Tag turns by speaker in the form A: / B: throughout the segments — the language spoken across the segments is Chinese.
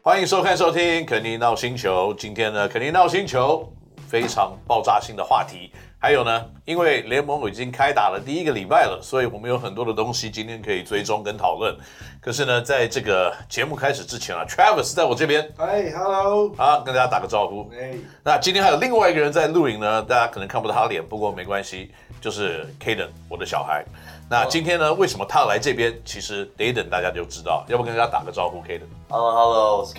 A: 欢迎收看收听肯尼闹星球。今天呢，肯尼闹星球非常爆炸性的话题。还有呢，因为联盟已经开打了第一个礼拜了，所以我们有很多的东西今天可以追踪跟讨论。可是呢，在这个节目开始之前啊 ，Travis 在我这边，
B: 嗨 ，Hello，
A: 好，跟大家打个招呼。那今天还有另外一个人在录影呢，大家可能看不到他脸，不过没关系，就是 Caden， 我的小孩。那今天呢，为什么他来这边？其实 Dayden 大家就知道，要不跟大家打个招呼
B: Caden。Hello， 我是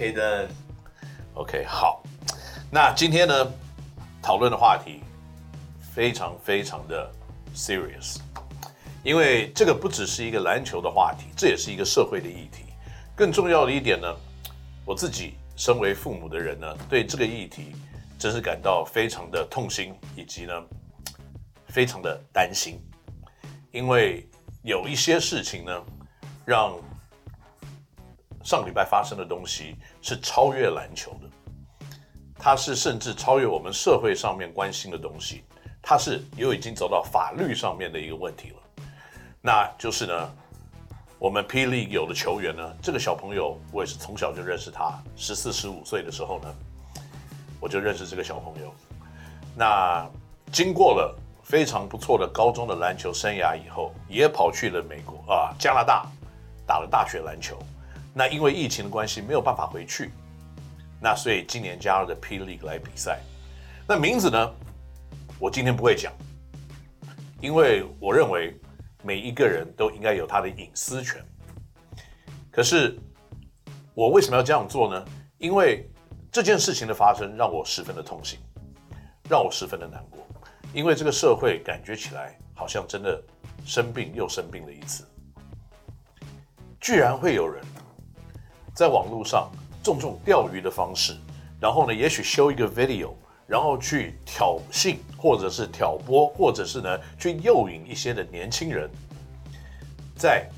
B: Caden。OK，
A: 好。那今天呢，讨论的话题非常非常的 serious， 因为这个不只是一个篮球的话题，这也是一个社会的议题。更重要的一点呢，我自己身为父母的人呢，对这个议题真是感到非常的痛心，以及呢，非常的担心。因为有一些事情呢，让上个礼拜发生的东西是超越篮球的，它是甚至超越我们社会上面关心的东西，它是已经走到法律上面的一个问题了。那就是呢，我们 P League 有的球员呢，这个小朋友我也是从小就认识他，14、15岁的时候呢，我就认识这个小朋友。那经过了非常不错的高中的篮球生涯以后，也跑去了美国加拿大打了大学篮球。那因为疫情的关系没有办法回去，那所以今年加入的 P League 来比赛。那名字呢，我今天不会讲，因为我认为每一个人都应该有他的隐私权。可是我为什么要这样做呢？因为这件事情的发生让我十分的痛心，让我十分的难过。因为这个社会感觉起来好像真的生病又生病了一次，居然会有人在网络上种钓鱼的方式，然后呢，也许修一个 video， 然后去挑衅或者是挑拨，或者是呢去诱引一些的年轻人，在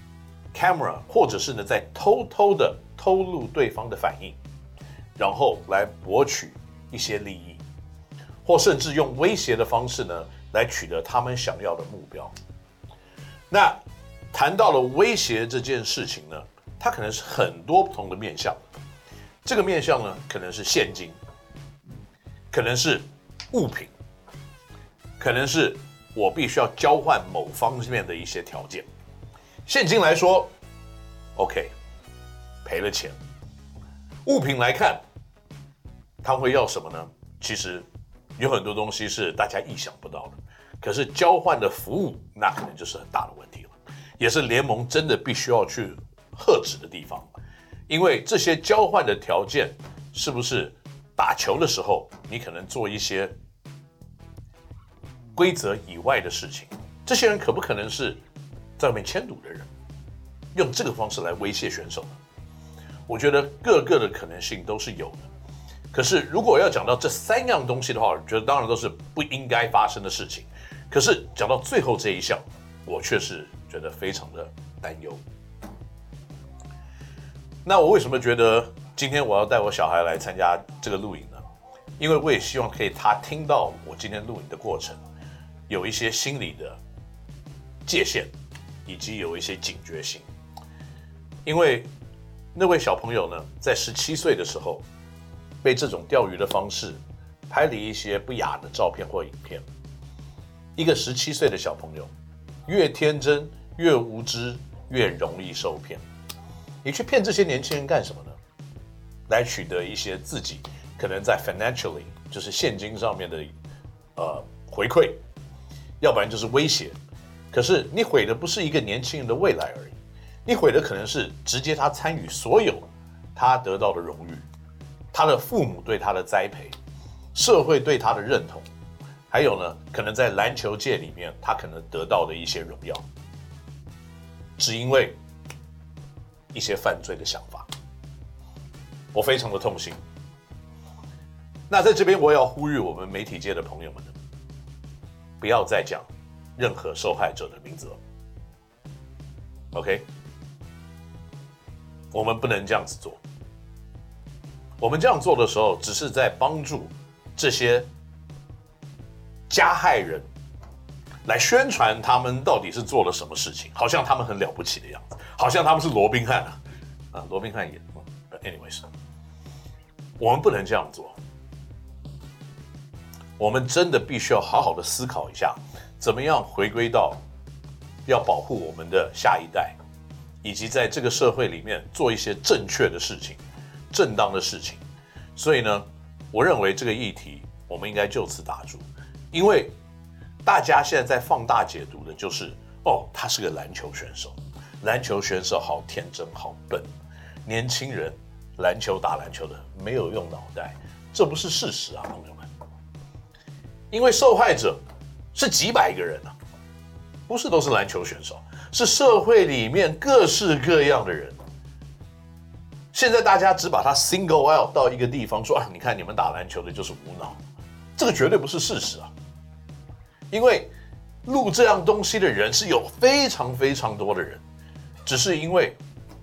A: camera 或者是呢在偷偷的偷录对方的反应，然后来博取一些利益。或甚至用威胁的方式呢，来取得他们想要的目标。那谈到了威胁这件事情呢，它可能是很多不同的面向。这个面向呢，可能是现金，可能是物品，可能是我必须要交换某方面的一些条件。现金来说 ，OK， 赔了钱。物品来看，他会要什么呢？其实有很多东西是大家意想不到的，可是交换的服务那可能就是很大的问题了，也是联盟真的必须要去遏止的地方。因为这些交换的条件是不是打球的时候你可能做一些规则以外的事情，这些人可不可能是在外面签赌的人，用这个方式来威胁选手呢？我觉得各个的可能性都是有的。可是如果要讲到这三样东西的话，我觉得当然都是不应该发生的事情。可是讲到最后这一项，我却是觉得非常的担忧。那我为什么觉得今天我要带我小孩来参加这个录影呢？因为我也希望可以他听到我今天录影的过程，有一些心理的界限，以及有一些警觉性。因为那位小朋友呢，在17岁的时候，被这种钓鱼的方式拍了一些不雅的照片或影片。一个17岁的小朋友，越天真越无知，越容易受骗。你去骗这些年轻人干什么呢？来取得一些自己可能在 financially 就是现金上面的回馈，要不然就是威胁。可是你毁的不是一个年轻人的未来而已，你毁的可能是直接他参与所有他得到的荣誉，他的父母对他的栽培，社会对他的认同，还有呢，可能在篮球界里面他可能得到的一些荣耀，只因为一些犯罪的想法。我非常的痛心。那在这边我也要呼吁我们媒体界的朋友们，不要再讲任何受害者的名字了。OK， 我们不能这样子做。我们这样做的时候，只是在帮助这些加害人来宣传他们到底是做了什么事情，好像他们很了不起的样子，好像他们是罗宾汉啊，罗宾汉也，anyways。 我们不能这样做。我们真的必须要好好的思考一下，怎么样回归到要保护我们的下一代，以及在这个社会里面做一些正确的事情、正当的事情。所以呢，我认为这个议题我们应该就此打住，因为大家现在在放大解读的就是他是个篮球选手，篮球选手好天真好笨，年轻人打篮球的没有用脑袋，这不是事实啊，朋友们。因为受害者是几百个人啊，不是都是篮球选手，是社会里面各式各样的人。现在大家只把它 single out 到一个地方说你看你们打篮球的就是无脑，这个绝对不是事实啊。因为录这样东西的人是有非常非常多的人，只是因为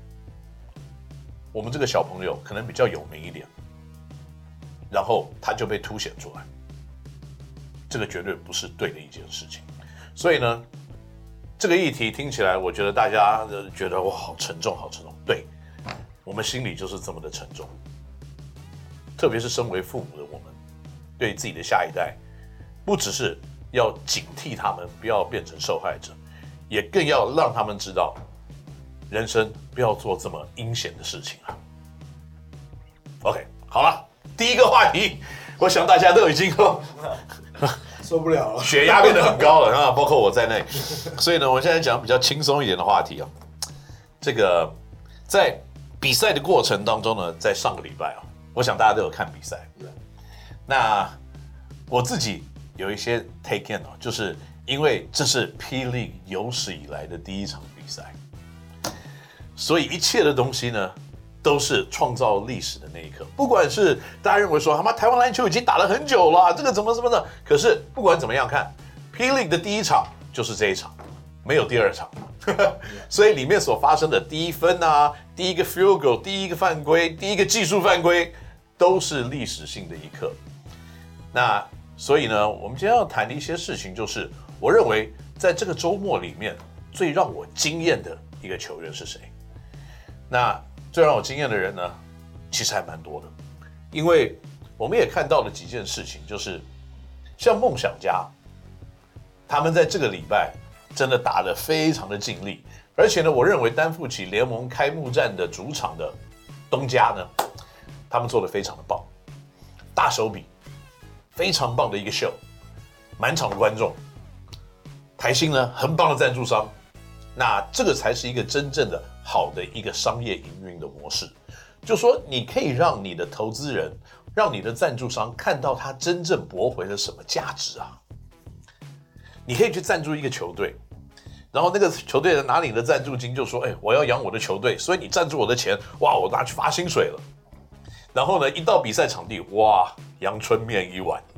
A: 我们这个小朋友可能比较有名一点，然后他就被凸显出来，这个绝对不是对的一件事情。所以呢，这个议题听起来，我觉得大家觉得哇，好沉重，好沉重。对，我们心里就是这么的沉重。特别是身为父母的我们，对自己的下一代，不只是要警惕他们不要变成受害者，也更要让他们知道，人生不要做这么阴险的事情啊。OK， 好了，第一个话题，我想大家都已经
B: 受不了了，
A: 血压变得很高了啊，包括我在内。所以呢，我现在讲比较轻松一点的话题啊。这个在比赛的过程当中呢，在上个礼拜啊，我想大家都有看比赛。那我自己有一些 take in 就是因为这是霹雳有史以来的第一场比赛，所以一切的东西呢，都是创造历史的那一刻。不管是大家认为说他妈台湾篮球已经打了很久了，这个怎么的，可是不管怎么样看，霹雳的第一场就是这一场，没有第二场。所以里面所发生的第一分啊，第一个 field goal， 第一个犯规，第一个技术犯规，都是历史性的一刻。那所以呢，我们今天要谈的一些事情，就是我认为在这个周末里面最让我惊艳的一个球员是谁？那最让我惊艳的人呢，其实还蛮多的，因为我们也看到了几件事情，就是像梦想家，他们在这个礼拜真的打得非常的尽力，而且呢，我认为担负起联盟开幕战的主场的东家呢，他们做得非常的棒，大手笔，非常棒的一个秀，满场的观众，台新呢很棒的赞助商，那这个才是一个真正的好的一个商业营运的模式，就说你可以让你的投资人，让你的赞助商看到他真正驳回了什么价值啊。你可以去赞助一个球队，然后那个球队拿你的赞助金就说，我要养我的球队，所以你赞助我的钱，哇，我拿去发薪水了。然后呢，一到比赛场地，哇，阳春面一碗。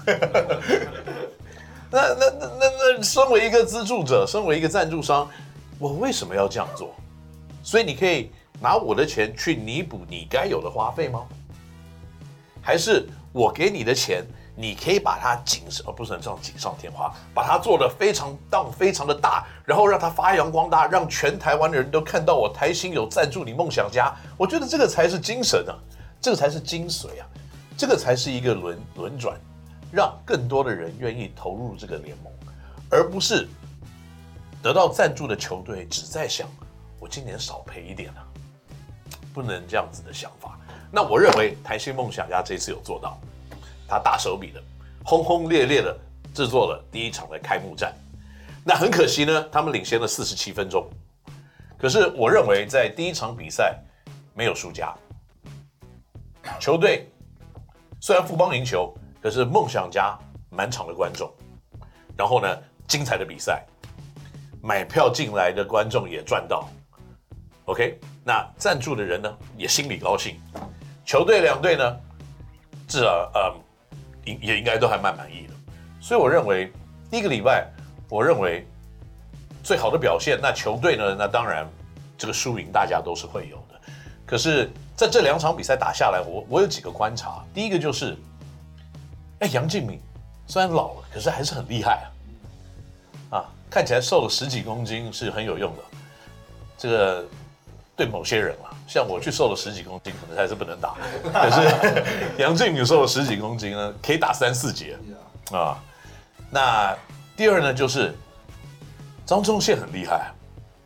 A: 那身为一个资助者，身为一个赞助商，我为什么要这样做？所以你可以拿我的钱去弥补你该有的花费吗？还是我给你的钱，你可以把它不是这样锦上添花，把它做得非常的大，然后让它发扬光大，让全台湾的人都看到我台新有赞助你梦想家。我觉得这个才是精神啊，这个才是精髓啊，这个才是一个轮转，让更多的人愿意投入这个联盟，而不是得到赞助的球队只在想我今年少赔一点啊，不能这样子的想法。那我认为台新梦想家这次有做到，他大手笔的轰轰烈烈的制作了第一场的开幕战。那很可惜呢，他们领先了47分钟。可是我认为在第一场比赛没有输家，球队虽然富邦赢球，可是梦想家满场的观众，然后呢精彩的比赛，买票进来的观众也赚到。OK， 那赞助的人呢也心里高兴，球队两队呢至少也应该都还蛮满意的。所以我认为第一个礼拜，我认为最好的表现，那球队呢，那当然这个输赢大家都是会有的。可是在这两场比赛打下来，我有几个观察。第一个就是，杨敬敏虽然老了，可是还是很厉害啊，看起来瘦了10几公斤是很有用的。这个对某些人啊，像我去瘦了10几公斤，可能还是不能打。可是杨敬敏瘦了10几公斤呢，可以打3、4节啊。那第二呢，就是张宗宪很厉害，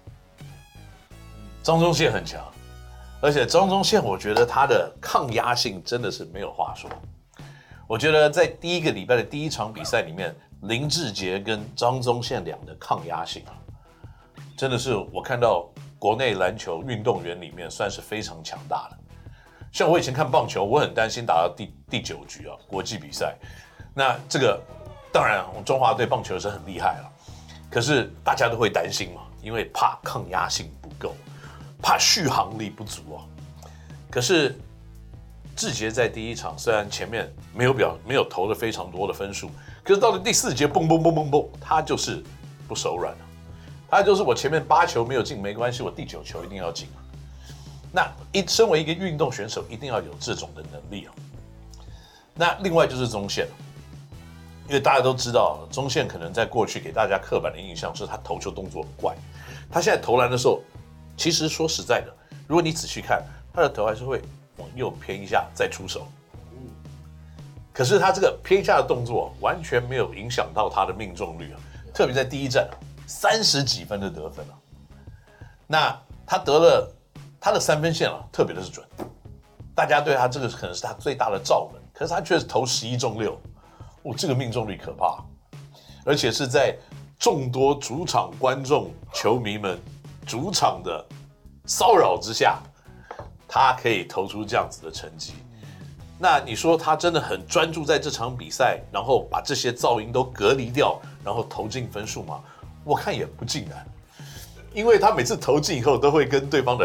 A: 张宗宪很强，而且张宗宪我觉得他的抗压性真的是没有话说。我觉得在第一个礼拜的第一场比赛里面，林志杰跟张宗宪俩的抗压性啊，真的是我看到国内篮球运动员里面算是非常强大的。像我以前看棒球，我很担心打到第9局啊，国际比赛。那这个当然，我们中华队棒球是很厉害了，可是大家都会担心嘛，因为怕抗压性不够，怕续航力不足啊。可是志杰在第一场虽然前面没有投了非常多的分数，可是到了第4节，蹦蹦蹦蹦蹦，他就是不手软了。他就是我前面8球没有进没关系，我第9球一定要进啊。那身为一个运动选手，一定要有这种的能力啊。那另外就是宗宪，因为大家都知道，宗宪可能在过去给大家刻板的印象是他投球动作很怪，他现在投篮的时候，其实说实在的，如果你仔细看，他的头还是会往右偏一下再出手。可是他这个偏一下的动作完全没有影响到他的命中率啊，特别在第一战30几分的得分啊。那他得了他的3分线啊，特别的是准，大家对他这个可能是他最大的罩门，可是他却是投11中6，这个命中率可怕，而且是在众多主场观众球迷们主场的骚扰之下，他可以投出这样子的成绩。那你说他真的很专注在这场比赛，然后把这些噪音都隔离掉，然后投进分数吗？我看也不尽然，因为他每次投进以后都会跟对方的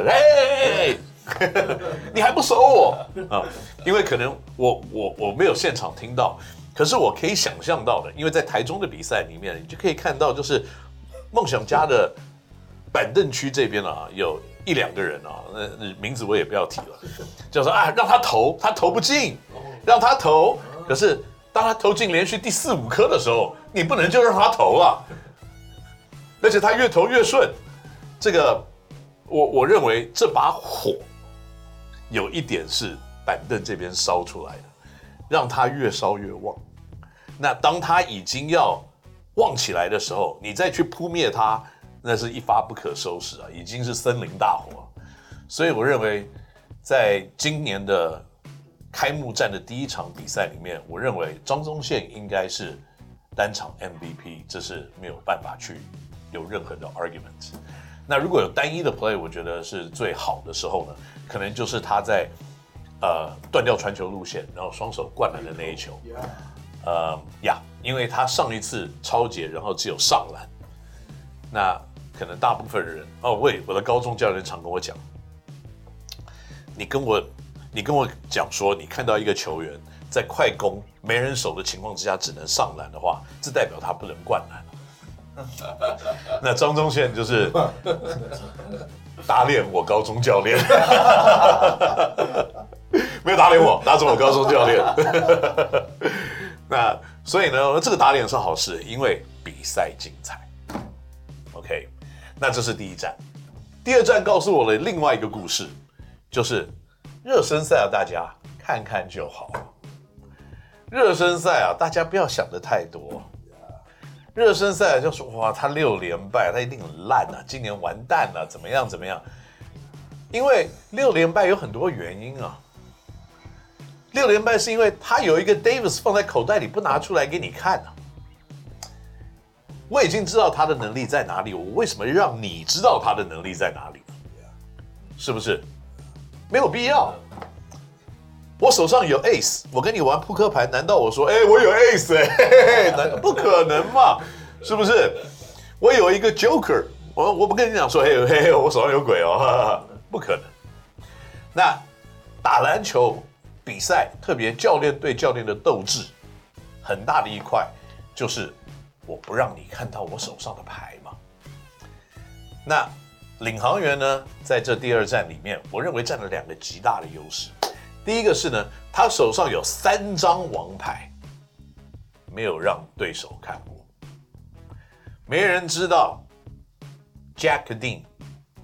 A: 你还不守我啊？因为可能我没有现场听到，可是我可以想象到的，因为在台中的比赛里面，你就可以看到，就是梦想家的板凳区这边啊，有1、2个人啊，那名字我也不要提了，就说让他投，他投不进，让他投。可是当他投进连续第4、5颗的时候，你不能就让他投啊，而且他越投越顺。这个我认为这把火有一点是板凳这边烧出来的，让他越烧越旺。那当他已经要旺起来的时候，你再去扑灭他，那是一发不可收拾啊，已经是森林大火。所以我认为，在今年的开幕战的第一场比赛里面，我认为张宗宪应该是单场 MVP， 这是没有办法去有任何的 argument。那如果有单一的 play， 我觉得是最好的时候呢，可能就是他在断掉传球路线，然后双手灌篮的那一球。因为他上一次抄截，然后只有上篮。那可能大部分人我的高中教练常跟我讲，你跟我讲说，你看到一个球员在快攻没人守的情况之下只能上篮的话，这代表他不能灌篮。那张宗宪就是打脸我高中教练，没有打脸我，打死我高中教练。那所以呢，这个打脸是好事，因为比赛精彩。OK， 那这是第一站。第二站告诉我的另外一个故事，就是热身赛啊，大家看看就好。热身赛啊，大家不要想的太多。热身赛就说哇，他6连败，他一定很烂啊，今年完蛋了，怎么样？因为6连败有很多原因啊。6连败是因为他有一个 Davis 放在口袋里不拿出来给你看啊。我已经知道他的能力在哪里，我为什么让你知道他的能力在哪里？是不是？没有必要。我手上有 ace， 我跟你玩扑克牌，难道我说，我有 ace， 不可能嘛？是不是？我有一个 joker， 我不跟你讲说，我手上有鬼哦，不可能。那打篮球比赛，特别教练对教练的斗志，很大的一块就是我不让你看到我手上的牌嘛。那领航员呢，在这第二战里面，我认为占了2个极大的优势。第一个是呢，他手上有3张王牌，没有让对手看过。没人知道 Jack Dean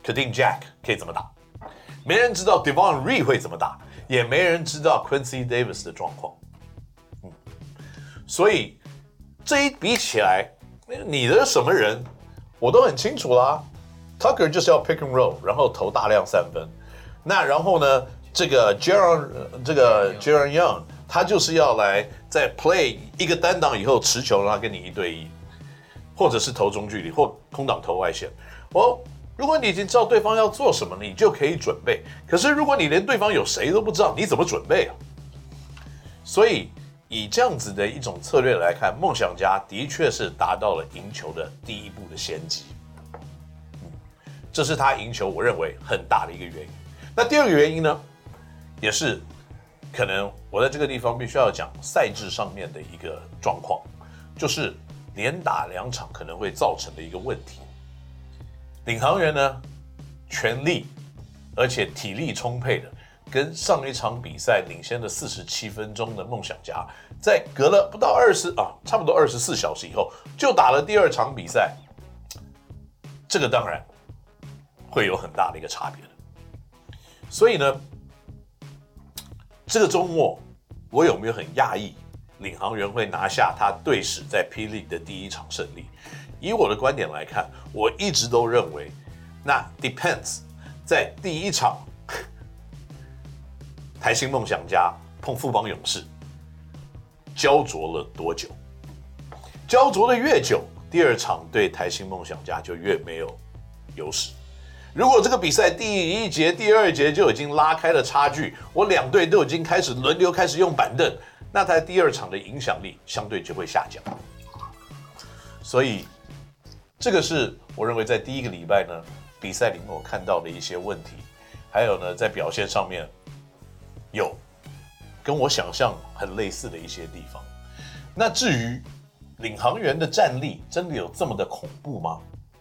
A: Kadeem Jack 可以怎么打，没人知道 Devon Reed 会怎么打，也没人知道 Quincy Davis 的状况。所以这一比起来，你的什么人我都很清楚啦。Tucker 就是要 pick and roll， 然后投大量3分。那然后呢，这个 Jaren Young 他就是要来在 play 一个单档以后持球，让他跟你1对1，或者是投中距离或空档投外线。如果你已经知道对方要做什么，你就可以准备。可是如果你连对方有谁都不知道，你怎么准备啊？所以以这样子的一种策略来看，梦想家的确是达到了赢球的第一步的先机。这是他赢球我认为很大的一个原因。那第二个原因呢，也是可能我在这个地方必须要讲赛制上面的一个状况，就是连打2场可能会造成的一个问题。领航员呢，全力而且体力充沛的，跟上一场比赛领先的47分钟的梦想家，在隔了不到差不多24小时以后，就打了第2场比赛。这个当然会有很大的一个差别的。所以呢，这个周末我有没有很讶异，领航员会拿下他队史在 P-League 的第1场胜利？以我的观点来看，我一直都认为，那 depends 在第1场台新梦想家碰富邦勇士焦灼了多久，焦灼的越久，第2场对台新梦想家就越没有优势。如果这个比赛第1节、第2节就已经拉开了差距，我2队都已经开始轮流开始用板凳，那在第2场的影响力相对就会下降。所以这个是我认为在第1个礼拜呢，比赛里面我看到的一些问题，还有呢在表现上面有跟我想象很类似的一些地方。那至于领航员的战力真的有这么的恐怖吗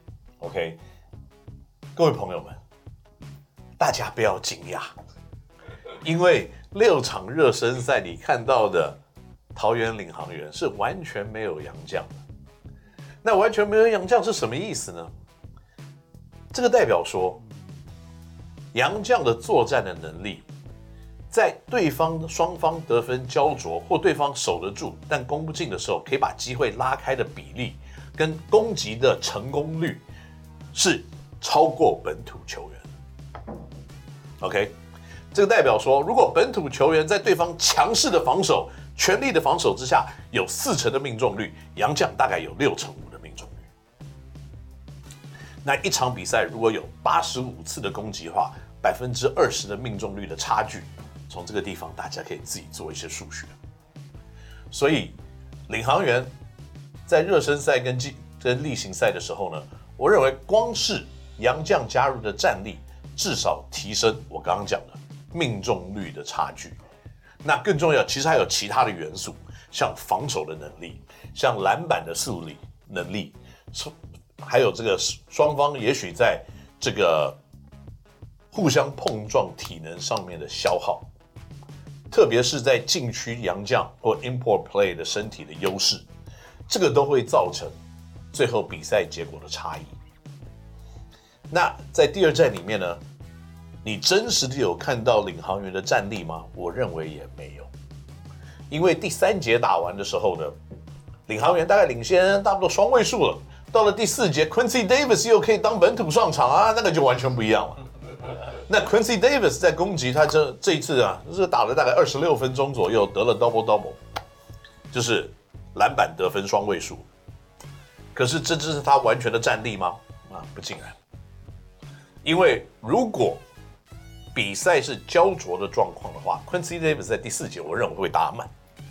A: ？OK， 各位朋友们，大家不要惊讶，因为6场热身赛你看到的桃园领航员是完全没有洋将的。那完全没有洋将是什么意思呢？这个代表说，洋将的作战的能力，在对方双方得分焦灼或对方守得住但攻不进的时候，可以把机会拉开的比例跟攻击的成功率是超过本土球员。OK， 这个代表说，如果本土球员在对方强势的防守、全力的防守之下，有40%的命中率，洋将大概有65%的命中率。那一场比赛如果有85次的攻击的话，20%的命中率的差距，从这个地方大家可以自己做一些数学。所以领航员在热身赛跟例行赛的时候呢，我认为光是洋将加入的战力，至少提升我刚刚讲的命中率的差距。那更重要，其实还有其他的元素，像防守的能力，像篮板的处理能力，还有这个双方也许在这个互相碰撞体能上面的消耗，特别是在禁区洋将或 import play 的身体的优势，这个都会造成最后比赛结果的差异。那在第2战里面呢，你真实的有看到领航员的战力吗？我认为也没有，因为第3节打完的时候呢，领航员大概领先差不多双位数了。到了第4节 ，Quincy Davis 又可以当本土上场啊，那个就完全不一样了。那 Quincy Davis 在攻击，他这一次啊，就是打了大概26分钟左右，得了 double， 就是篮板得分双位数。可是这是他完全的战力吗？不尽然。因为如果比赛是焦灼的状况的话 ，Quincy Davis 在第4节我认为会打满。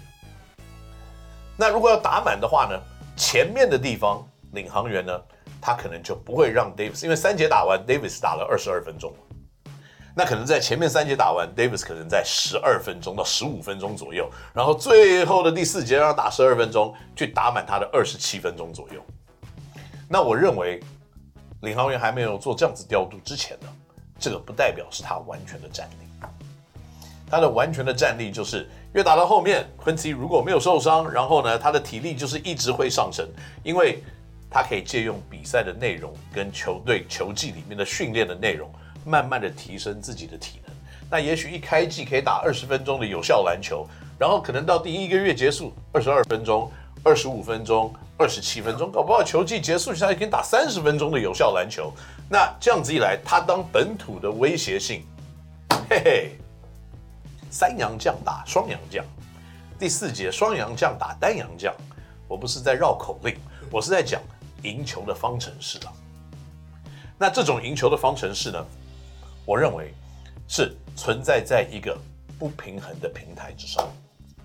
A: 那如果要打满的话呢，前面的地方领航员呢，他可能就不会让 Davis， 因为3节打完 Davis 打了22分钟，那可能在前面3节打完 Davis 可能在12分钟到15分钟左右，然后最后的第4节让他打12分钟，去打满他的27分钟左右。那我认为领航员还没有做这样子调度之前呢，这个不代表是他完全的战力。他的完全的战力就是越打到后面 ，Quincy 如果没有受伤，然后呢，他的体力就是一直会上升，因为他可以借用比赛的内容跟球队球季里面的训练的内容，慢慢的提升自己的体能。那也许一开季可以打20分钟的有效篮球，然后可能到第1个月结束22分钟、25分钟、27分钟，搞不好球季结束他可以打30分钟的有效篮球。那这样子一来，他当本土的威胁性，嘿嘿，3洋将打双洋将，第4节双洋将打单洋将，我不是在绕口令，我是在讲赢球的方程式啊。那这种赢球的方程式呢，我认为是存在在一个不平衡的平台之上。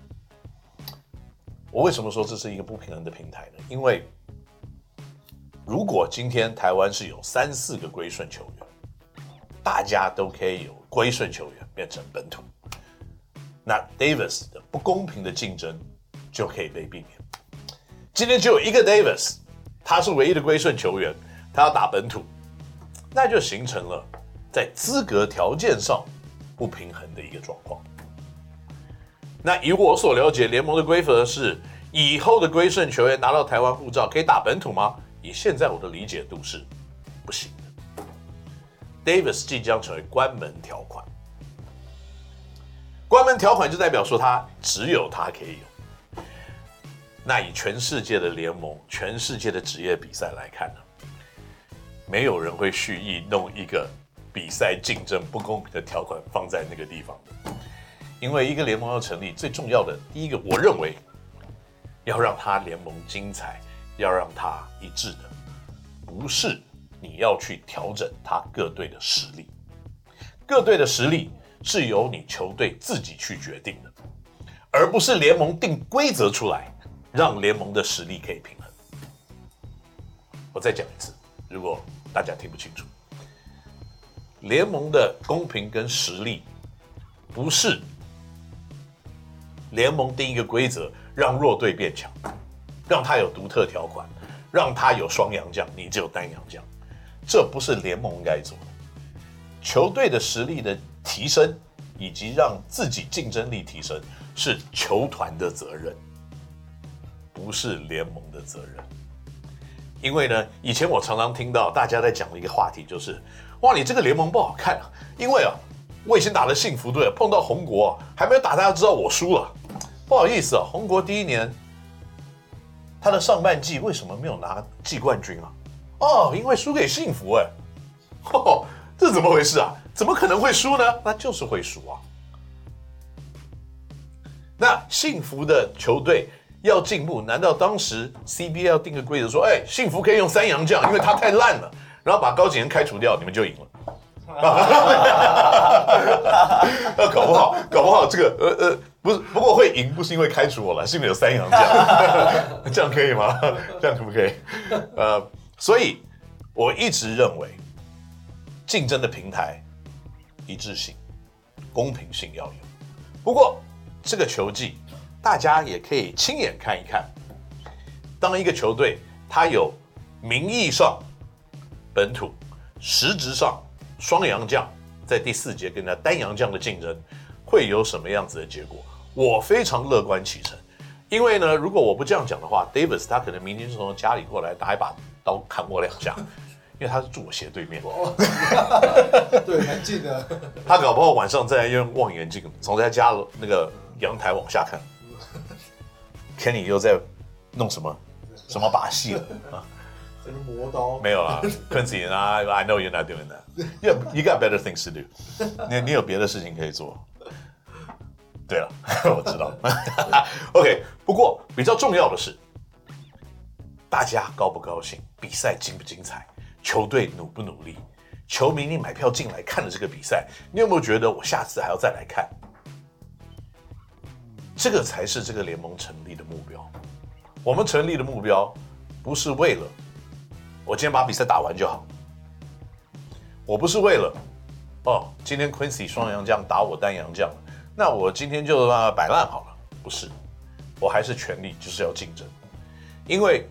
A: 我为什么说这是一个不平衡的平台呢？因为如果今天台湾是有3、4个归顺球员，大家都可以有归顺球员变成本土，那 Davis 的不公平的竞争就可以被避免。今天只有一个 Davis， 他是唯一的归顺球员，他要打本土，那就形成了在资格条件上不平衡的一个状况。那以我所了解，联盟的规则是以后的归顺球员拿到台湾护照可以打本土吗？以现在我的理解度是不行的。Davis 即将成为关门条款，关门条款就代表说他只有他可以有。那以全世界的联盟、全世界的职业比赛来看呢，没有人会蓄意弄一个比赛竞争不公平的条款放在那个地方的。因为一个联盟要成立，最重要的第一个，我认为要让它联盟精彩，要让它一致的，不是你要去调整它各队的实力，各队的实力是由你球队自己去决定的，而不是联盟定规则出来，让联盟的实力可以平衡。我再讲一次，如果大家听不清楚，联盟的公平跟实力不是联盟定一个规则，让弱队变强，让他有独特条款，让他有双洋将，你只有单洋将，这不是联盟应该做的。球队的实力的提升，以及让自己竞争力提升，是球团的责任，不是联盟的责任。因为呢，以前我常常听到大家在讲的一个话题就是，哇，你这个联盟不好看啊，因为啊，我以前打了幸福队，碰到红国还没有打，大家知道我输了。不好意思啊，红国第1年他的上半季为什么没有拿季冠军啊？哦，因为输给幸福哎，这怎么回事啊？怎么可能会输呢？那就是会输啊。那幸福的球队要进步，难道当时 CBA 要定个规则说，幸福可以用3洋将，因为他太烂了，然后把高景恩开除掉，你们就赢了？搞不好这个不是，不过会赢不是因为开除我了，是因为有3洋将，这样可以吗？这样可不可以？所以我一直认为，竞争的平台一致性、公平性要有。不过这个球季，大家也可以亲眼看一看，当一个球队它有名义上本土，实质上双洋将，在第4节跟他单洋将的竞争，会有什么样子的结果？我非常乐观其成，因为呢，如果我不这样讲的话 ，Davis 他可能明天就从家里过来拿一把刀砍我2下，因为他是住我斜对面，
B: 对，蛮近的。
A: 他搞不好晚上再用望远镜从他家那个阳台往下看，Kenny 又在弄什么把戏了啊？
B: 磨刀
A: 没有啦，Quincy 啊 ，I know you're not doing that. You got better things to do. 你有别的事情可以做。对了，我知道。OK， 不过比较重要的是，大家高不高兴，比赛精不精彩，球队努不努力，球迷你买票进来看了这个比赛，你有没有觉得我下次还要再来看？这个才是这个联盟成立的目标。我们成立的目标不是为了我今天把比赛打完就好，我不是为了今天 Quincy 双洋将打我单洋将，那我今天就摆烂好了，不是，我还是全力就是要竞争，因为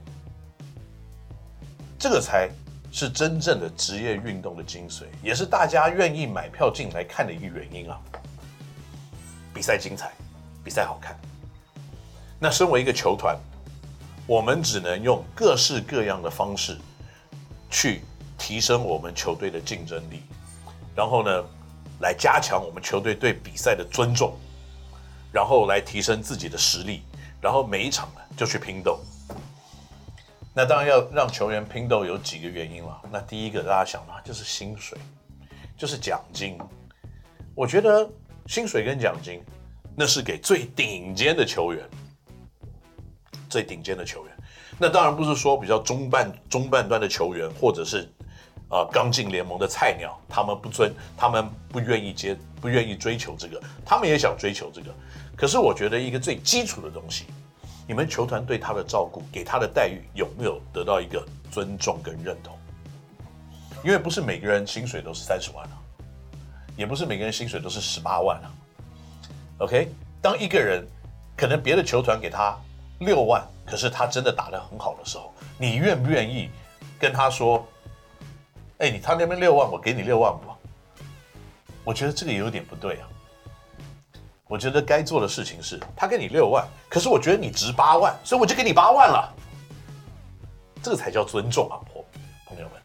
A: 这个才是真正的职业运动的精髓，也是大家愿意买票进来看的一个原因啊。比赛精彩，比赛好看。那身为一个球团， 我们只能用各式各样的方式去提升我们球队的竞争力，然后呢，来加强我们球队对比赛的尊重，然后来提升自己的实力，然后每一场呢就去拼斗。那当然要让球员拼斗有几个原因了。那第一个大家想到就是薪水，就是奖金。我觉得薪水跟奖金那是给最顶尖的球员，最顶尖的球员。那当然不是说比较中半段的球员，或者是刚进联盟的菜鸟，他们不愿意追求这个，他们也想追求这个。可是我觉得一个最基础的东西，你们球团对他的照顾，给他的待遇有没有得到一个尊重跟认同？因为不是每个人薪水都是30万啊，也不是每个人薪水都是18万啊。OK， 当一个人可能别的球团给他6万，可是他真的打得很好的时候，你愿不愿意跟他说，他那边6万，我给你6万5？我觉得这个有点不对啊。我觉得该做的事情是，他给你6万，可是我觉得你值8万，所以我就给你8万了。这个才叫尊重啊，朋友们，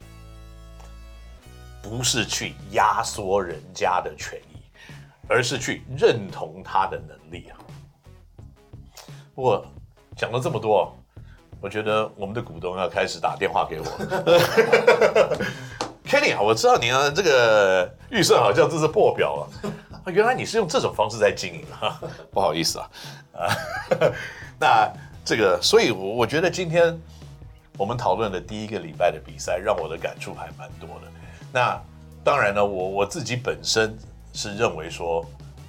A: 不是去压缩人家的权益，而是去认同他的能力啊。不过讲了这么多，我觉得我们的股东要开始打电话给我。Kenny 啊，我知道你的这个预算好像这是破表了。原来你是用这种方式在经营啊，不好意思啊，那这个，所以我觉得今天我们讨论的第一个礼拜的比赛，让我的感触还蛮多的。那当然呢，我自己本身是认为说，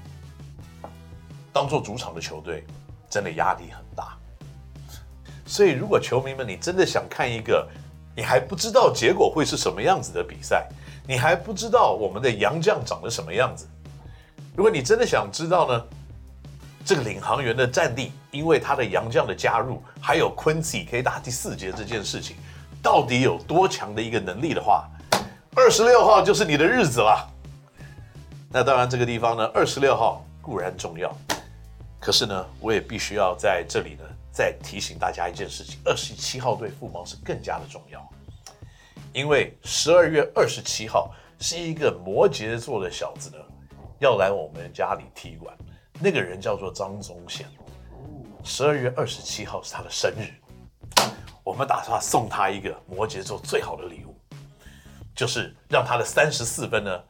A: 当做主场的球队，真的压力很大。所以如果球迷们你真的想看一个你还不知道结果会是什么样子的比赛，你还不知道我们的洋将长得什么样子，如果你真的想知道呢，这个领航员的战力，因为他的洋将的加入，还有昆西可以打第4节这件事情，到底有多强的一个能力的话，26号就是你的日子了。那当然这个地方呢，26号固然重要，可是呢，我也必须要在这里呢再提醒大家一件事情：27号对富邦是更加的重要，因为12月27号是一个摩羯座的小子呢要来我们家里踢馆，那个人叫做张宗宪，12月27号是他的生日，我们打算送他一个摩羯座最好的礼物，就是让他的34分呢，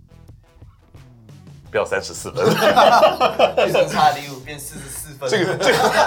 A: 不要34分，
C: 变成差礼物变44分，
A: 这个，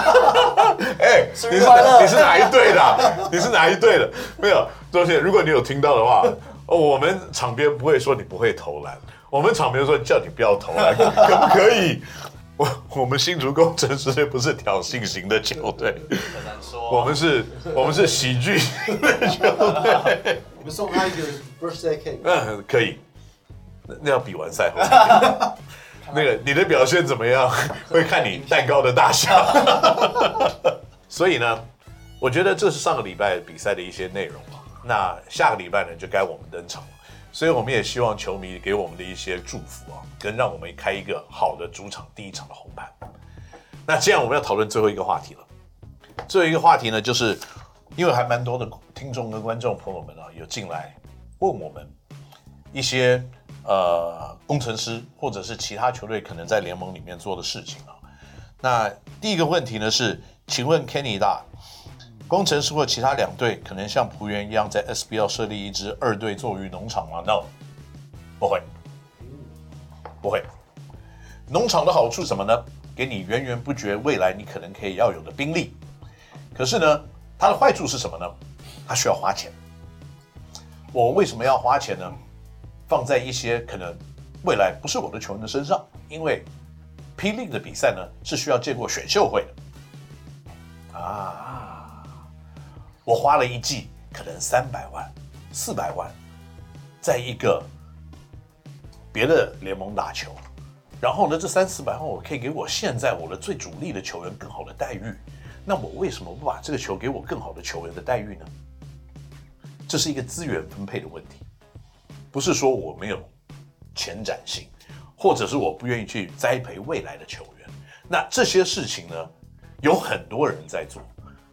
A: 你是哪一队的？你是哪一队的？没有，宗宪，如果你有听到的话，我们场边不会说你不会投篮。我们场边说叫你不要投篮，可不可以？我们新竹工程师不是挑衅型的球队，
C: 很难说。
A: 我们是喜剧型的球队。
B: 我们送他一个 birthday cake。
A: 可以。那要比完赛后，那个你的表现怎么样？会看你蛋糕的大小。所以呢，我觉得这是上个礼拜比赛的一些内容了。那下个礼拜呢，就该我们登场了。所以我们也希望球迷给我们的一些祝福啊，跟让我们开一个好的主场第1场的红盘。那既然我们要讨论最后一个话题了，最后一个话题呢，就是因为还蛮多的听众跟观众朋友们啊，有进来问我们一些工程师或者是其他球队可能在联盟里面做的事情啊。那第一个问题呢是，请问 Kenny 大，工程师或其他2队可能像璞园一样在 SBL 设立一支2队做鱼农场吗 ？No， 不会，不会。农场的好处是什么呢？给你源源不绝未来你可能可以要有的兵力。可是呢，它的坏处是什么呢？它需要花钱。我为什么要花钱呢？放在一些可能未来不是我的球员的身上，因为霹雳的比赛呢是需要借过选秀会的啊。我花了一季可能300万、400万，在一个别的联盟打球，然后呢，这300-400万我可以给我现在我的最主力的球员更好的待遇，那我为什么不把这个球给我更好的球员的待遇呢？这是一个资源分配的问题，不是说我没有前瞻性，或者是我不愿意去栽培未来的球员。那这些事情呢，有很多人在做。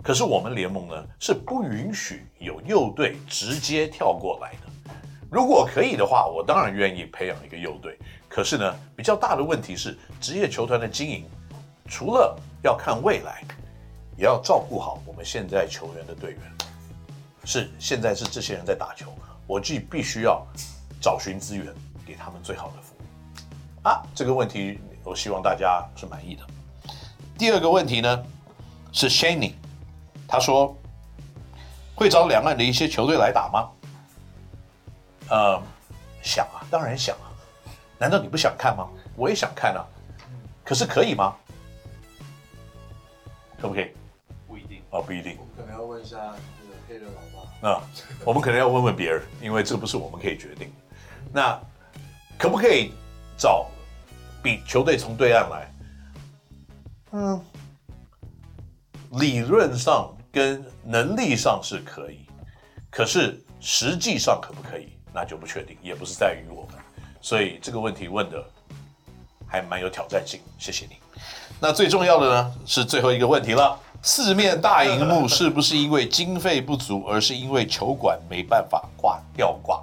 A: 可是我们联盟呢是不允许有右队直接跳过来的。如果可以的话，我当然愿意培养一个右队。可是呢，比较大的问题是，职业球团的经营，除了要看未来，也要照顾好我们现在球员的队员。现在是这些人在打球，我必须要找寻资源，给他们最好的服务。这个问题我希望大家是满意的。第二个问题呢是 Shaney， 他说会找两岸的一些球队来打吗？想啊，当然想啊。难道你不想看吗？我也想看啊。可是可以吗？可不可以？
C: 不一定
A: 不一定。
B: 我们可能要问一下那个黑人老爸。
A: 我们可能要问问别人，因为这不是我们可以决定。那可不可以找比球队从对岸来？理论上跟能力上是可以，可是实际上可不可以，那就不确定，也不是在于我们。所以这个问题问的还蛮有挑战性，谢谢你。那最重要的呢是最后一个问题了，四面大荧幕是不是因为经费不足，而是因为球馆没办法吊挂？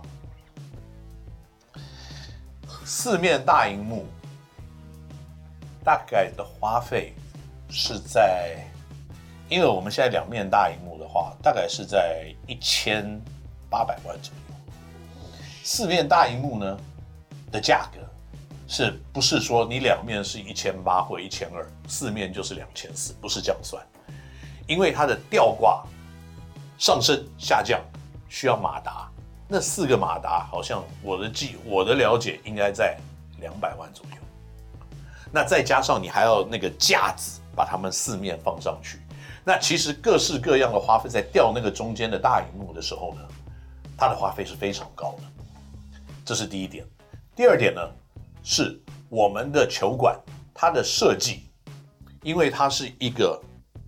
A: 四面大荧幕大概的花费是在，因为我们现在两面大荧幕的话，大概是在1800万左右。四面大荧幕呢的价格是不是说你两面是1800或1200，四面就是2400，不是这样算。因为它的吊挂上升下降需要马达，那4个马达好像我的了解应该在200万左右。那再加上你还要那个架子把它们四面放上去，那其实各式各样的花费在吊那个中间的大荧幕的时候呢，它的花费是非常高的。这是第一点。第二点呢，是我们的球馆它的设计，因为它是一个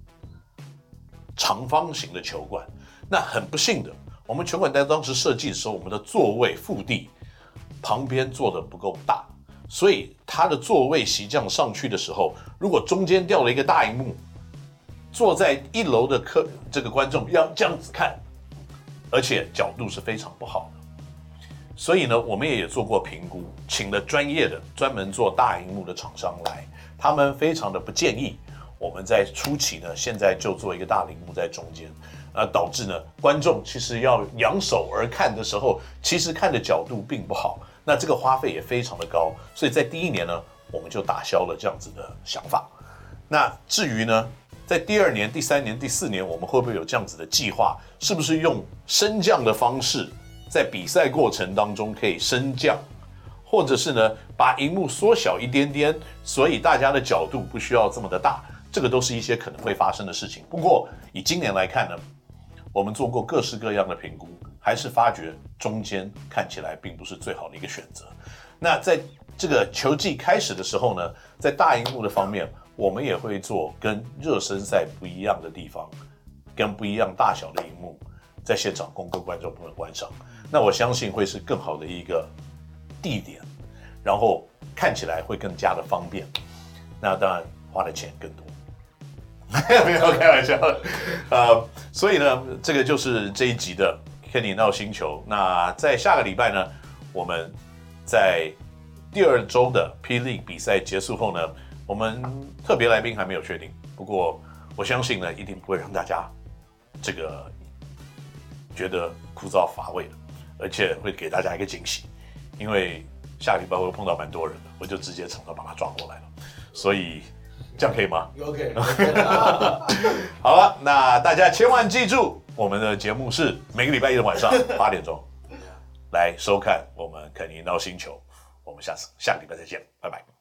A: 长方形的球馆，那很不幸的，我们球馆在当时设计的时候，我们的座位腹地旁边做的不够大，所以它的座位席这样上去的时候，如果中间吊了一个大荧幕，坐在1楼的这个观众要这样子看，而且角度是非常不好的。所以呢，我们也做过评估，请了专业的专门做大荧幕的厂商来，他们非常的不建议我们在初期呢，现在就做一个大荧幕在中间，导致呢观众其实要仰首而看的时候，其实看的角度并不好，那这个花费也非常的高，所以在第一年呢，我们就打消了这样子的想法。那至于呢，在第2年、第3年、第4年，我们会不会有这样子的计划？是不是用升降的方式？在比赛过程当中可以升降，或者是呢把荧幕缩小一点点，所以大家的角度不需要这么的大，这个都是一些可能会发生的事情。不过以今年来看呢，我们做过各式各样的评估，还是发觉中间看起来并不是最好的一个选择。那在这个球季开始的时候呢，在大荧幕的方面，我们也会做跟热身赛不一样的地方，跟不一样大小的荧幕，在现场供各观众朋友观赏。那我相信会是更好的一个地点，然后看起来会更加的方便。那当然花的钱更多，没有开玩笑的。所以呢，这个就是这一集的 Kenny 闹星球。那在下个礼拜呢，我们在第2周的 P League 比赛结束后呢，我们特别来宾还没有确定，不过我相信呢，一定不会让大家这个觉得枯燥乏味的。而且会给大家一个惊喜，因为下个礼拜会碰到蛮多人的，我就直接场上把他抓过来了，所以这样可以吗
B: ？OK，
A: 好了，那大家千万记住，我们的节目是每个礼拜1的晚上8点钟来收看我们肯尼闹星球，我们下个礼拜再见，拜拜。